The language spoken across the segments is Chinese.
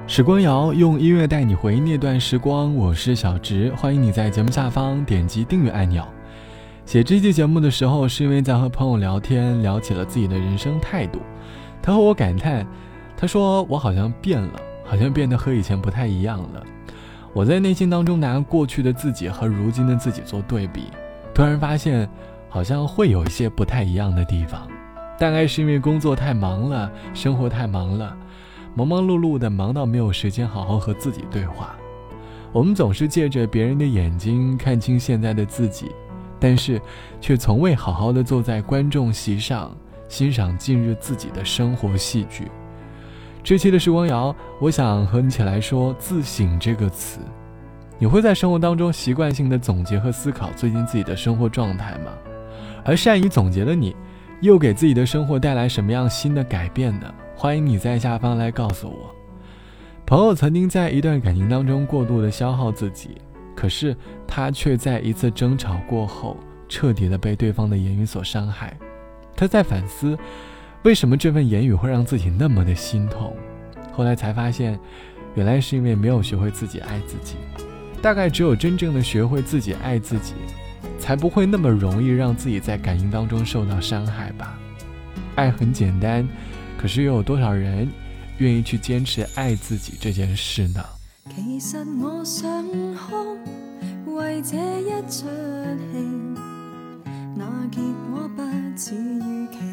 时光谣用音乐带你回忆那段时光，我是小直，欢迎你在节目下方点击订阅按钮。写这期节目的时候，是因为在和朋友聊天，聊起了自己的人生态度。他和我感叹，他说我好像变了，好像变得和以前不太一样了。我在内心当中拿过去的自己和如今的自己做对比，突然发现好像会有一些不太一样的地方。大概是因为工作太忙了，生活太忙了，忙忙碌碌的，忙到没有时间好好和自己对话。我们总是借着别人的眼睛看清现在的自己，但是却从未好好的坐在观众席上欣赏近日自己的生活戏剧。这期的时光谣，我想和你一起来说自省这个词。你会在生活当中习惯性的总结和思考最近自己的生活状态吗？而善于总结的你，又给自己的生活带来什么样新的改变呢？欢迎你在下方来告诉我。朋友曾经在一段感情当中过度的消耗自己，可是他却在一次争吵过后彻底的被对方的言语所伤害。他在反思，为什么这份言语会让自己那么的心痛？后来才发现，原来是因为没有学会自己爱自己。大概只有真正的学会自己爱自己，才不会那么容易让自己在感情当中受到伤害吧。爱很简单，可是又有多少人愿意去坚持爱自己这件事呢？ 其實我想哭，為這一出戲，那結果不似預期，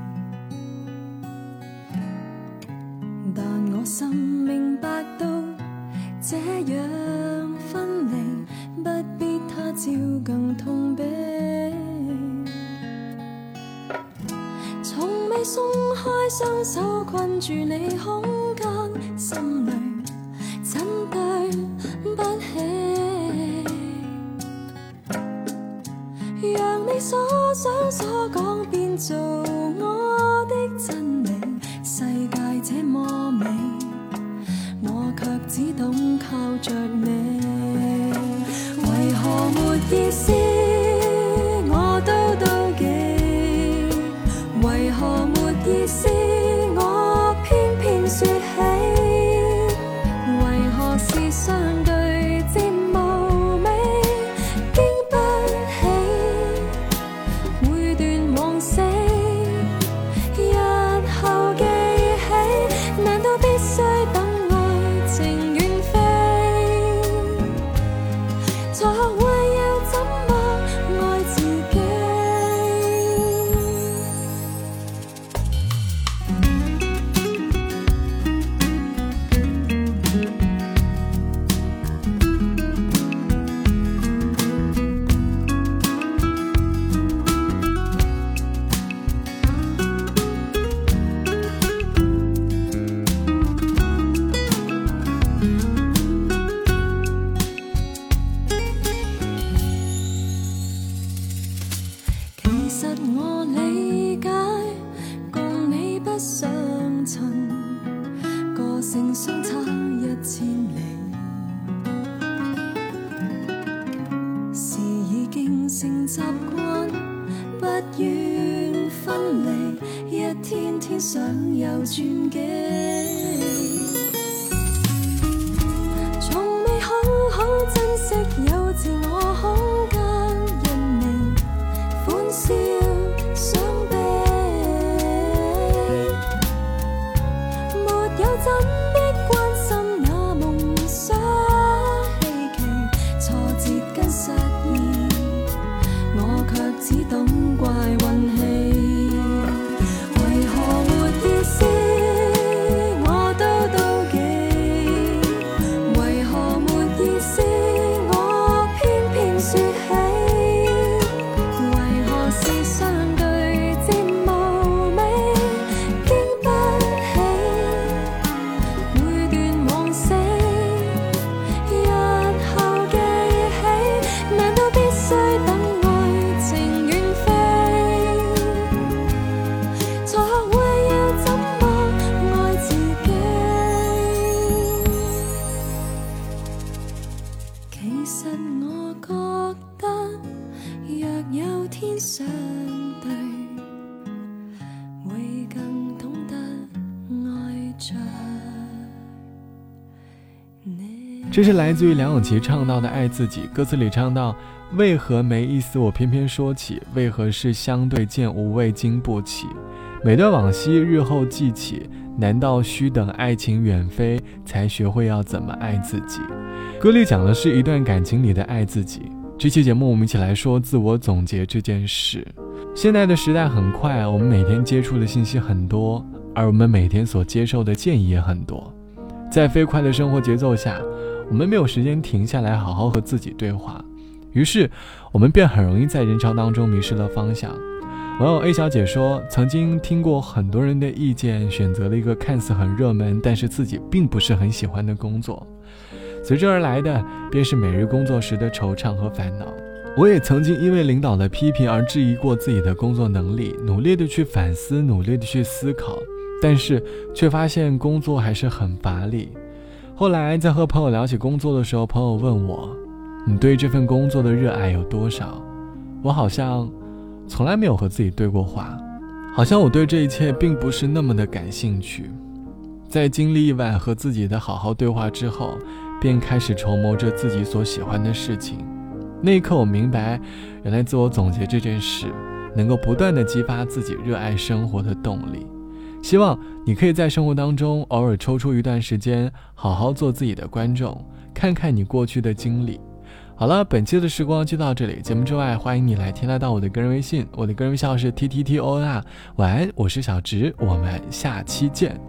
但我心明白到這樣分離，不必他朝更痛悲。從未鬆開雙手困住你空間，心裏真對不起，讓你所想所講變做我的真理。世界這麼美，我卻只懂靠着你。為何沒意思我都妒忌，為何沒意思我偏偏說起，為何是相對漸無味，經不起每段往昔，日後記起，難道必須等愛情遠飛，才學會要怎麼愛自己。其實我理解，共你不相襯，個性相差1000里，是已經成習慣，不願分離，一天天想有轉機，從未好好珍惜有自我空間。笑傷悲，沒有真的關心那夢想希冀，挫折跟失意，我卻只懂怪運氣。為何沒意思我都妒忌，為何沒意思我偏偏說起，是相對漸無味，經不起每段往昔，日後記起，難道必須等愛情遠飛，才學會要怎麼愛自己。其實我覺得，若有天相對，會更懂得愛着这是来自于梁咏琪唱到的《爱自己》，歌词里唱到：为何没意思我偏偏说起，为何是相对见无味经不起，每段往昔日后记起，难道须等爱情远飞才学会要怎么爱自己？歌里讲的是一段感情里的爱自己。这期节目我们一起来说自我总结这件事。现在的时代很快，我们每天接触的信息很多，而我们每天所接受的建议也很多。在飞快的生活节奏下，我们没有时间停下来好好和自己对话，于是我们便很容易在人潮当中迷失了方向。网友 A 小姐说，曾经听过很多人的意见，选择了一个看似很热门但是自己并不是很喜欢的工作，随之而来的便是每日工作时的惆怅和烦恼。我也曾经因为领导的批评而质疑过自己的工作能力，努力的去反思，努力的去思考，但是却发现工作还是很乏力。后来在和朋友聊起工作的时候，朋友问我，你对这份工作的热爱有多少？我好像从来没有和自己对过话，好像我对这一切并不是那么的感兴趣。在经历一晚和自己的好好对话之后，便开始筹谋着自己所喜欢的事情。那一刻我明白，原来自我总结这件事能够不断地激发自己热爱生活的动力。希望你可以在生活当中偶尔抽出一段时间，好好做自己的观众，看看你过去的经历。好了，本期的时光就到这里，节目之外欢迎你来添加到我的个人微信，我的个人微信号是 TTTONR。 晚安，我是小直，我们下期见。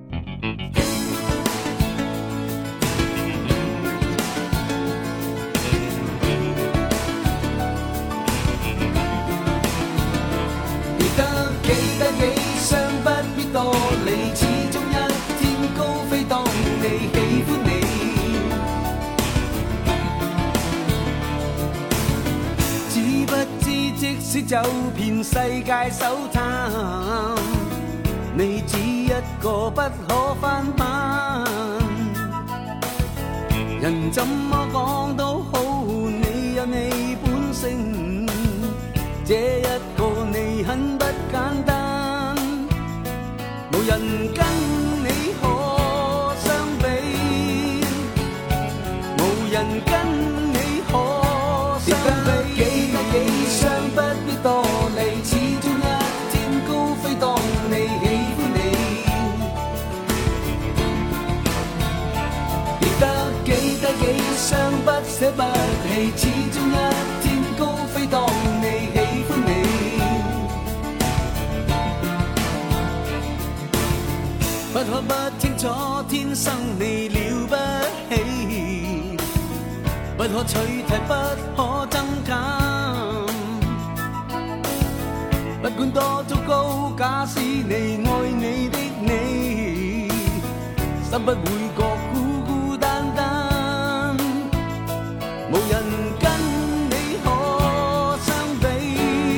即使走遍世界搜探，你只一個不可翻版。人怎麼講都好，你有你本性，這一個你很不簡單，無人跟你可相比，無人跟你可相比。相不必多利，始終一天高飛，當你喜歡你，亦得幾傷不捨不棄，始終一天高飛，當你喜歡你。不可不清楚，天生你了不起，不可取替，不可增減。不管多糟糕，假使你愛你的你，心不會覺孤孤單單，無人跟你可相比，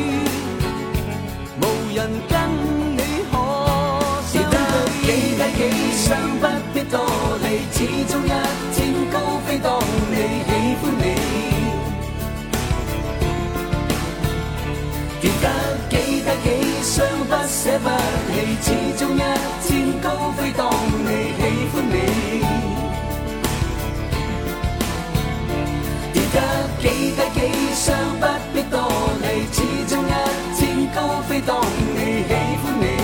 無人跟你可相比。記得幾傷不必多利，始終一天高飛，當你喜歡你。傷不捨不棄，始終一天高飛，當你喜歡你。跌得幾傷不必多利，始終一天高飛，當你喜歡你。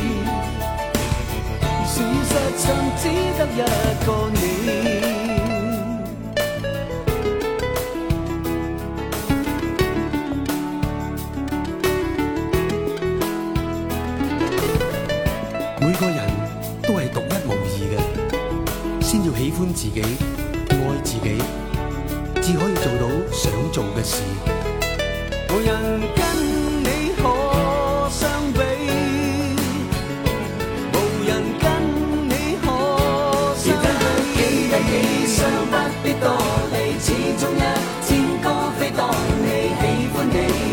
事實上只得一個你。每個人都係獨一無二嘅，先要喜歡自己，愛自己，至可以做到想做嘅事。無人跟你可相比，無人跟你可相比。記得幾傷不必多利，始終一天高飛，當你喜歡你。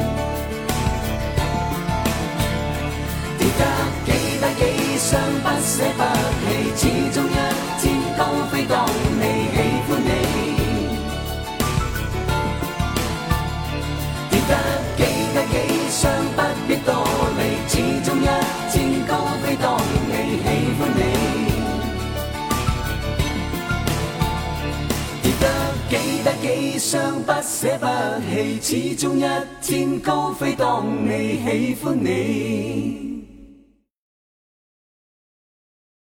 傷不捨不棄，始終一天高飛，當你喜歡你。跌得記得幾雙不捨不棄，始終一天高飛，當你喜歡你。